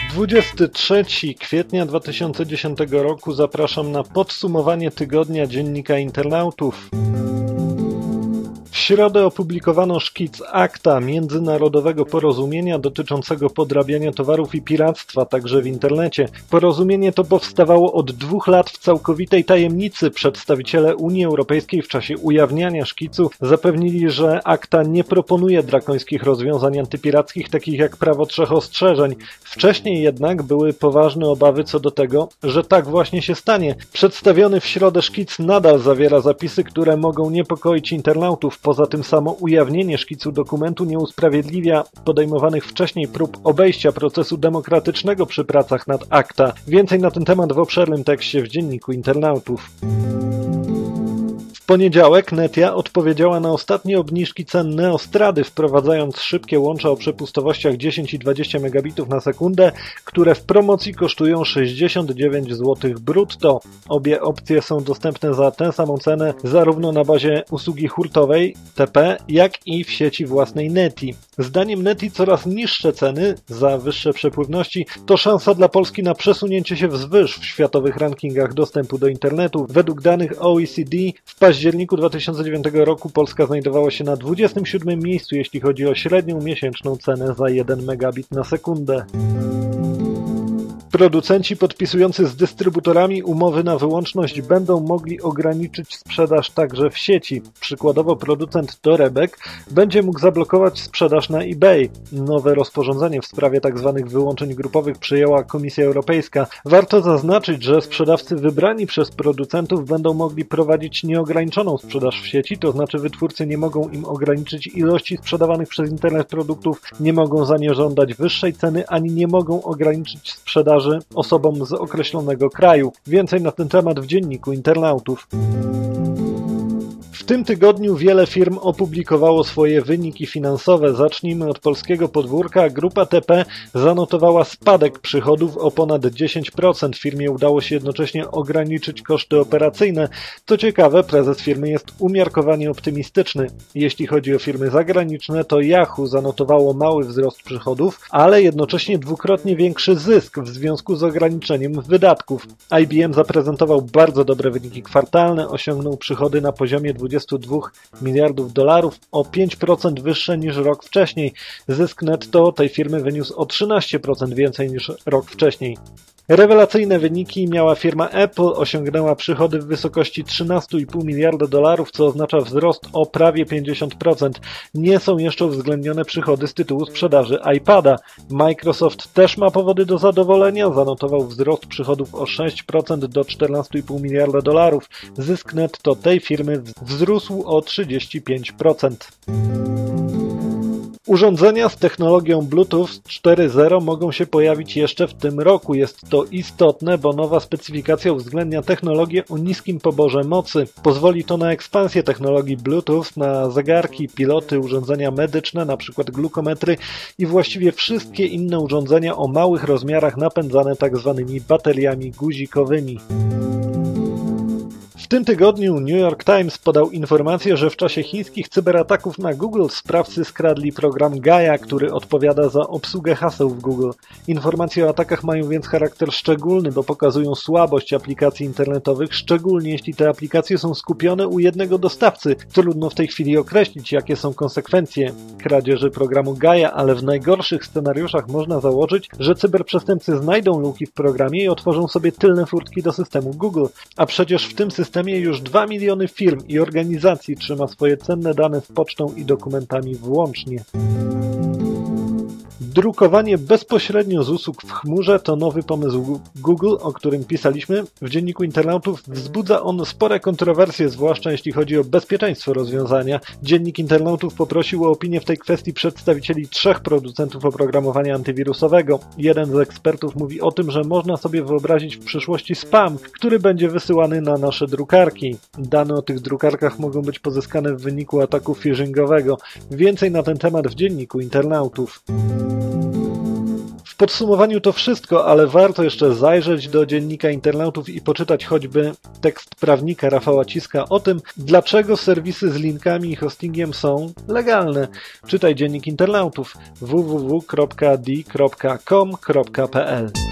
23 kwietnia 2010 roku zapraszam na podsumowanie tygodnia Dziennika Internautów. W środę opublikowano szkic akta międzynarodowego porozumienia dotyczącego podrabiania towarów i piractwa, także w internecie. Porozumienie to powstawało od 2 lat w całkowitej tajemnicy. Przedstawiciele Unii Europejskiej w czasie ujawniania szkicu zapewnili, że akta nie proponuje drakońskich rozwiązań antypirackich, takich jak prawo 3 ostrzeżeń. Wcześniej jednak były poważne obawy co do tego, że tak właśnie się stanie. Przedstawiony w środę szkic nadal zawiera zapisy, które mogą niepokoić internautów. Poza tym samo ujawnienie szkicu dokumentu nie usprawiedliwia podejmowanych wcześniej prób obejścia procesu demokratycznego przy pracach nad akta. Więcej na ten temat w obszernym tekście w Dzienniku Internautów. W poniedziałek Netia odpowiedziała na ostatnie obniżki cen Neostrady, wprowadzając szybkie łącza o przepustowościach 10 i 20 megabitów na sekundę, które w promocji kosztują 69 zł brutto. Obie opcje są dostępne za tę samą cenę zarówno na bazie usługi hurtowej TP, jak i w sieci własnej Neti. Zdaniem Neti coraz niższe ceny za wyższe przepływności to szansa dla Polski na przesunięcie się wzwyż w światowych rankingach dostępu do internetu. Według danych OECD w październiku 2009 roku Polska znajdowała się na 27 miejscu, jeśli chodzi o średnią miesięczną cenę za 1 megabit na sekundę. Producenci podpisujący z dystrybutorami umowy na wyłączność będą mogli ograniczyć sprzedaż także w sieci. Przykładowo producent torebek będzie mógł zablokować sprzedaż na eBay. Nowe rozporządzenie w sprawie tzw. wyłączeń grupowych przyjęła Komisja Europejska. Warto zaznaczyć, że sprzedawcy wybrani przez producentów będą mogli prowadzić nieograniczoną sprzedaż w sieci, to znaczy wytwórcy nie mogą im ograniczyć ilości sprzedawanych przez internet produktów, nie mogą za nie żądać wyższej ceny, ani nie mogą ograniczyć sprzedaży osobom z określonego kraju. Więcej na ten temat w Dzienniku Internautów. W tym tygodniu wiele firm opublikowało swoje wyniki finansowe. Zacznijmy od polskiego podwórka. Grupa TP zanotowała spadek przychodów o ponad 10%. Firmie udało się jednocześnie ograniczyć koszty operacyjne. Co ciekawe, prezes firmy jest umiarkowanie optymistyczny. Jeśli chodzi o firmy zagraniczne, to Yahoo zanotowało mały wzrost przychodów, ale jednocześnie dwukrotnie większy zysk w związku z ograniczeniem wydatków. IBM zaprezentował bardzo dobre wyniki kwartalne, osiągnął przychody na poziomie 22 miliardów dolarów, o 5% wyższe niż rok wcześniej. Zysk netto tej firmy wyniósł o 13% więcej niż rok wcześniej. Rewelacyjne wyniki miała firma Apple, osiągnęła przychody w wysokości 13,5 miliarda dolarów, co oznacza wzrost o prawie 50%. Nie są jeszcze uwzględnione przychody z tytułu sprzedaży iPada. Microsoft też ma powody do zadowolenia, zanotował wzrost przychodów o 6% do 14,5 miliarda dolarów. Zysk netto tej firmy wzrósł o 35%. Urządzenia z technologią Bluetooth 4.0 mogą się pojawić jeszcze w tym roku. Jest to istotne, bo nowa specyfikacja uwzględnia technologię o niskim poborze mocy. Pozwoli to na ekspansję technologii Bluetooth na zegarki, piloty, urządzenia medyczne, np. glukometry i właściwie wszystkie inne urządzenia o małych rozmiarach napędzane tzw. bateriami guzikowymi. W tym tygodniu New York Times podał informację, że w czasie chińskich cyberataków na Google sprawcy skradli program Gaia, który odpowiada za obsługę haseł w Google. Informacje o atakach mają więc charakter szczególny, bo pokazują słabość aplikacji internetowych, szczególnie jeśli te aplikacje są skupione u jednego dostawcy. Trudno w tej chwili określić, jakie są konsekwencje kradzieży programu Gaia, ale w najgorszych scenariuszach można założyć, że cyberprzestępcy znajdą luki w programie i otworzą sobie tylne furtki do systemu Google. A przecież w tym systemie już 2 miliony firm i organizacji trzyma swoje cenne dane z pocztą i dokumentami włącznie. Drukowanie bezpośrednio z usług w chmurze to nowy pomysł Google, o którym pisaliśmy. W Dzienniku Internautów wzbudza on spore kontrowersje, zwłaszcza jeśli chodzi o bezpieczeństwo rozwiązania. Dziennik Internautów poprosił o opinię w tej kwestii przedstawicieli 3 producentów oprogramowania antywirusowego. Jeden z ekspertów mówi o tym, że można sobie wyobrazić w przyszłości spam, który będzie wysyłany na nasze drukarki. Dane o tych drukarkach mogą być pozyskane w wyniku ataku phishingowego. Więcej na ten temat w Dzienniku Internautów. W podsumowaniu to wszystko, ale warto jeszcze zajrzeć do dziennika internautów i poczytać choćby tekst prawnika Rafała Ciska o tym, dlaczego serwisy z linkami i hostingiem są legalne. Czytaj dziennik internautów www.di.com.pl